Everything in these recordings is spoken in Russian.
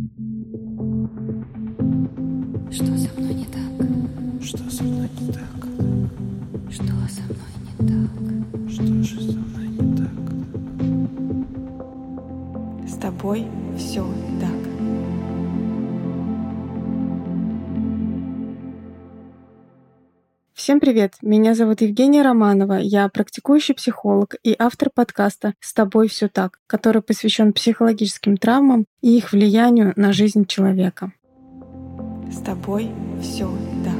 Что со мной не так? Что со мной не так? Что со мной не так? Что же со мной не так? С тобой все так. Всем привет! Меня зовут Евгения Романова, я практикующий психолог и автор подкаста «С тобой все так», который посвящен психологическим травмам и их влиянию на жизнь человека. С тобой все так.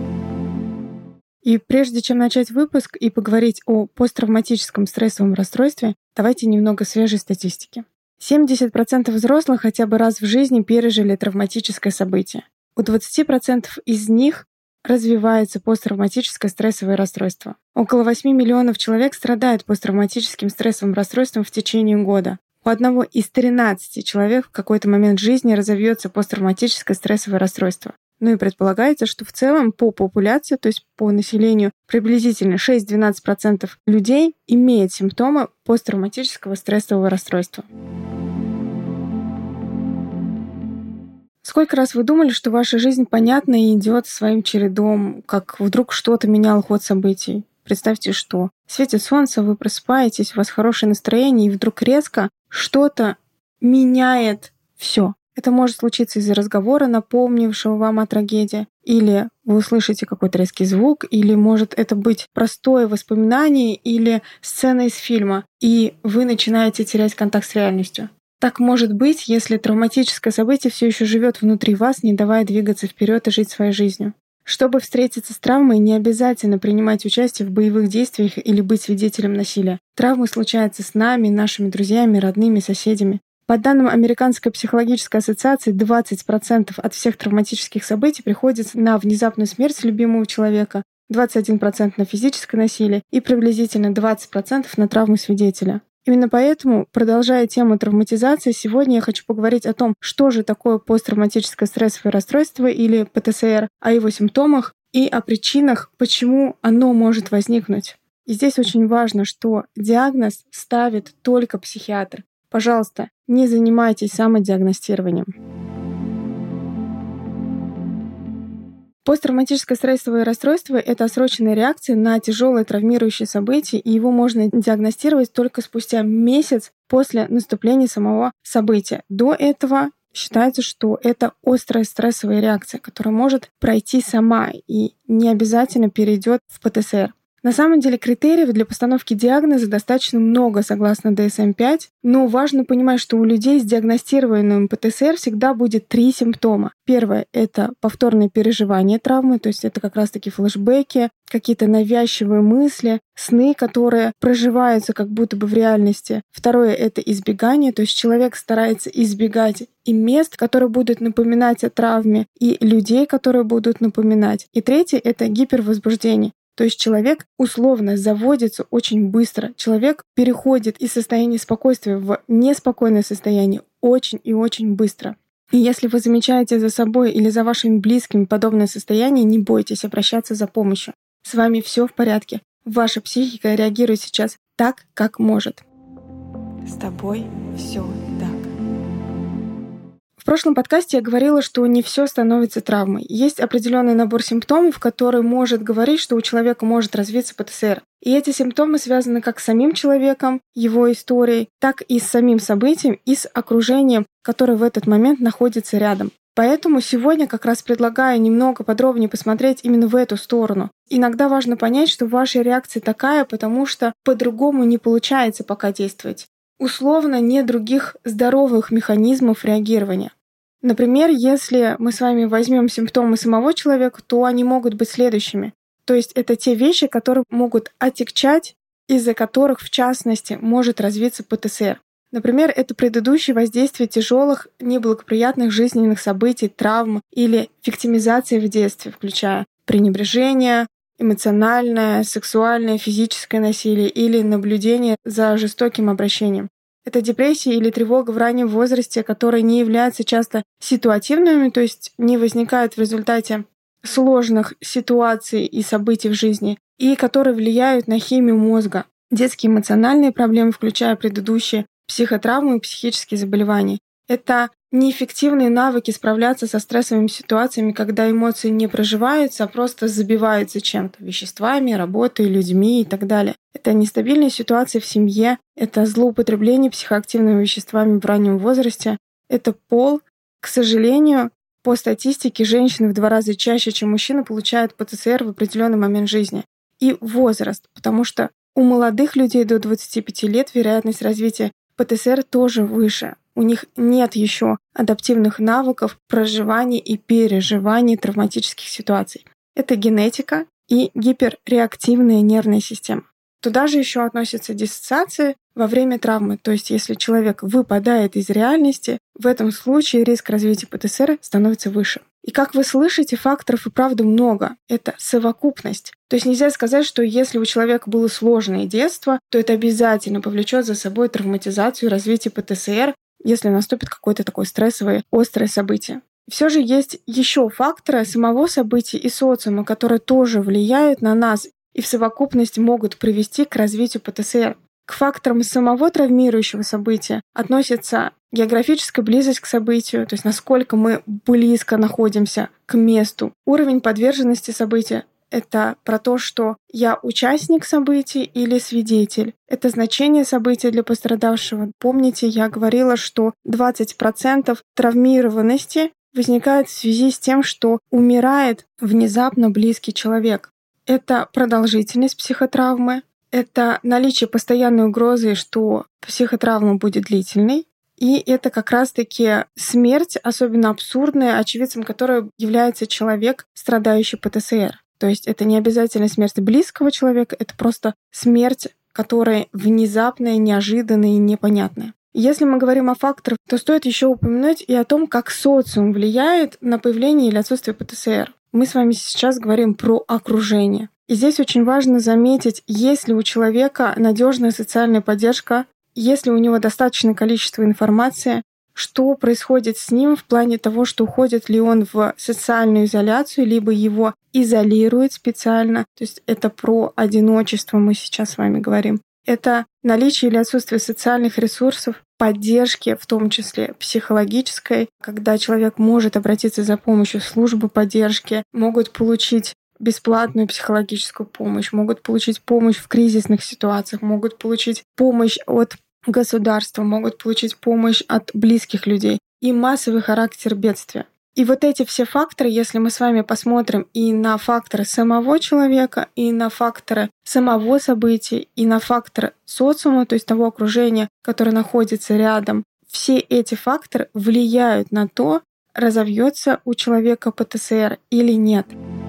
И прежде чем начать выпуск и поговорить о посттравматическом стрессовом расстройстве, давайте немного свежей статистики. 70% взрослых хотя бы раз в жизни пережили травматическое событие. У 20% из них развивается посттравматическое стрессовое расстройство. Около 8 миллионов человек страдают посттравматическим стрессовым расстройством в течение года. У одного из 13 человек в какой-то момент жизни разовьется посттравматическое стрессовое расстройство. Ну и предполагается, что в целом по популяции, то есть по населению, приблизительно 6-12% людей имеют симптомы посттравматического стрессового расстройства. Сколько раз вы думали, что ваша жизнь понятна и идет своим чередом, как вдруг что-то меняло ход событий? Представьте, что светит солнце, вы просыпаетесь, у вас хорошее настроение, и вдруг резко что-то меняет все. Это может случиться из-за разговора, напомнившего вам о трагедии, или вы услышите какой-то резкий звук, или может это быть простое воспоминание или сцена из фильма, и вы начинаете терять контакт с реальностью. Так может быть, если травматическое событие все еще живет внутри вас, не давая двигаться вперед и жить своей жизнью. Чтобы встретиться с травмой, не обязательно принимать участие в боевых действиях или быть свидетелем насилия. Травмы случаются с нами, нашими друзьями, родными, соседями. По данным Американской психологической ассоциации, 20% от всех травматических событий приходится на внезапную смерть любимого человека, 21% на физическое насилие и приблизительно 20% на травму свидетеля. Именно поэтому, продолжая тему травматизации, сегодня я хочу поговорить о том, что же такое посттравматическое стрессовое расстройство или ПТСР, о его симптомах и о причинах, почему оно может возникнуть. И здесь очень важно, что диагноз ставит только психиатр. Пожалуйста, не занимайтесь самодиагностированием. Посттравматическое стрессовое расстройство — это отсроченная реакция на тяжелое травмирующее событие, и его можно диагностировать только спустя месяц после наступления самого события. До этого считается, что это острая стрессовая реакция, которая может пройти сама и не обязательно перейдет в ПТСР. На самом деле критериев для постановки диагноза достаточно много, согласно DSM-5, но важно понимать, что у людей с диагностированным ПТСР всегда будет 3 симптома. Первое — это повторное переживание травмы, то есть это как раз-таки флешбеки, какие-то навязчивые мысли, сны, которые проживаются как будто бы в реальности. Второе — это избегание, то есть человек старается избегать и мест, которые будут напоминать о травме, и людей, которые будут напоминать. И третье — это гипервозбуждение. То есть человек условно заводится очень быстро. Человек переходит из состояния спокойствия в неспокойное состояние очень и очень быстро. И если вы замечаете за собой или за вашими близкими подобное состояние, не бойтесь обращаться за помощью. С вами все в порядке. Ваша психика реагирует сейчас так, как может. С тобой все так. В прошлом подкасте я говорила, что не все становится травмой. Есть определенный набор симптомов, который может говорить, что у человека может развиться ПТСР. И эти симптомы связаны как с самим человеком, его историей, так и с самим событием и с окружением, которое в этот момент находится рядом. Поэтому сегодня как раз предлагаю немного подробнее посмотреть именно в эту сторону. Иногда важно понять, что ваша реакция такая, потому что по-другому не получается пока действовать. Условно, нет других здоровых механизмов реагирования. Например, если мы с вами возьмем симптомы самого человека, то они могут быть следующими. То есть это те вещи, которые могут отягчать, из-за которых, в частности, может развиться ПТСР. Например, это предыдущее воздействие тяжелых, неблагоприятных жизненных событий, травм или виктимизации в детстве, включая пренебрежение, эмоциональное, сексуальное, физическое насилие или наблюдение за жестоким обращением. Это депрессия или тревога в раннем возрасте, которые не являются часто ситуативными, то есть не возникают в результате сложных ситуаций и событий в жизни, и которые влияют на химию мозга. Детские эмоциональные проблемы, включая предыдущие психотравмы и психические заболевания. Это неэффективные навыки справляться со стрессовыми ситуациями, когда эмоции не проживаются, а просто забиваются чем-то, веществами, работой, людьми и так далее. Это нестабильные ситуации в семье, это злоупотребление психоактивными веществами в раннем возрасте, это пол. К сожалению, по статистике, женщины в 2 раза чаще, чем мужчины, получают ПТСР в определенный момент жизни. И возраст, потому что у молодых людей до 25 лет вероятность развития ПТСР тоже выше. У них нет еще адаптивных навыков проживания и переживания травматических ситуаций. Это генетика и гиперреактивная нервная система. Туда же еще относятся диссоциации во время травмы. То есть если человек выпадает из реальности, в этом случае риск развития ПТСР становится выше. И как вы слышите, факторов и правда много. Это совокупность. То есть нельзя сказать, что если у человека было сложное детство, то это обязательно повлечет за собой травматизацию и развитие ПТСР, если наступит какое-то такое стрессовое, острое событие. Все же есть еще факторы самого события и социума, которые тоже влияют на нас и в совокупности могут привести к развитию ПТСР. К факторам самого травмирующего события относится географическая близость к событию, то есть насколько мы близко находимся к месту, уровень подверженности события. Это про то, что я участник событий или свидетель. Это значение события для пострадавшего. Помните, я говорила, что 20% травмированности возникает в связи с тем, что умирает внезапно близкий человек. Это продолжительность психотравмы, это наличие постоянной угрозы, что психотравма будет длительной, и это как раз-таки смерть, особенно абсурдная, очевидцем которой является человек, страдающий ПТСР. То есть это не обязательно смерть близкого человека, это просто смерть, которая внезапная, неожиданная и непонятная. Если мы говорим о факторах, то стоит еще упомянуть и о том, как социум влияет на появление или отсутствие ПТСР. Мы с вами сейчас говорим про окружение. И здесь очень важно заметить, есть ли у человека надежная социальная поддержка, есть ли у него достаточное количество информации, что происходит с ним в плане того, что уходит ли он в социальную изоляцию, либо его изолируют специально. То есть это про одиночество мы сейчас с вами говорим. Это наличие или отсутствие социальных ресурсов, поддержки, в том числе психологической, когда человек может обратиться за помощью в службу поддержки, могут получить бесплатную психологическую помощь, могут получить помощь в кризисных ситуациях, могут получить помощь от государства, могут получить помощь от близких людей и массовый характер бедствия. И вот эти все факторы, если мы с вами посмотрим и на факторы самого человека, и на факторы самого события, и на факторы социума, то есть того окружения, которое находится рядом, все эти факторы влияют на то, разовьется у человека ПТСР или нет.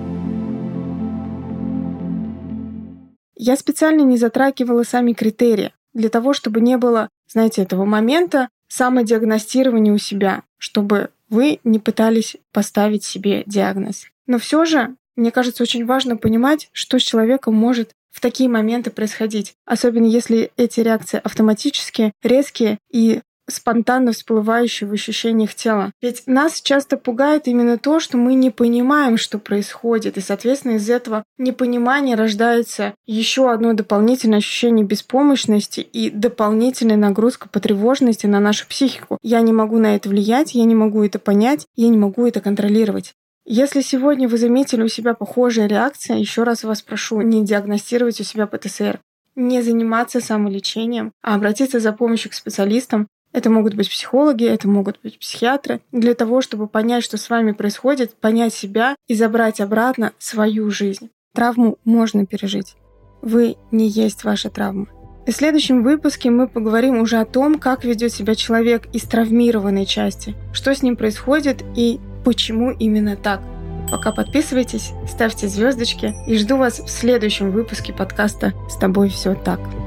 Я специально не затрагивала сами критерии, для того, чтобы не было, знаете, этого момента самодиагностирования у себя, чтобы вы не пытались поставить себе диагноз. Но все же, мне кажется, очень важно понимать, что с человеком может в такие моменты происходить, особенно если эти реакции автоматические, резкие и спонтанно всплывающие в ощущениях тела. Ведь нас часто пугает именно то, что мы не понимаем, что происходит, и, соответственно, из этого непонимания рождается еще одно дополнительное ощущение беспомощности и дополнительная нагрузка по тревожности на нашу психику. Я не могу на это влиять, я не могу это понять, я не могу это контролировать. Если сегодня вы заметили у себя похожие реакции, еще раз вас прошу не диагностировать у себя ПТСР, не заниматься самолечением, а обратиться за помощью к специалистам. Это могут быть психологи, это могут быть психиатры, для того, чтобы понять, что с вами происходит, понять себя и забрать обратно свою жизнь. Травму можно пережить. Вы не есть ваша травма. И в следующем выпуске мы поговорим уже о том, как ведет себя человек из травмированной части, что с ним происходит и почему именно так. Пока подписывайтесь, ставьте звездочки и жду вас в следующем выпуске подкаста «С тобой все так».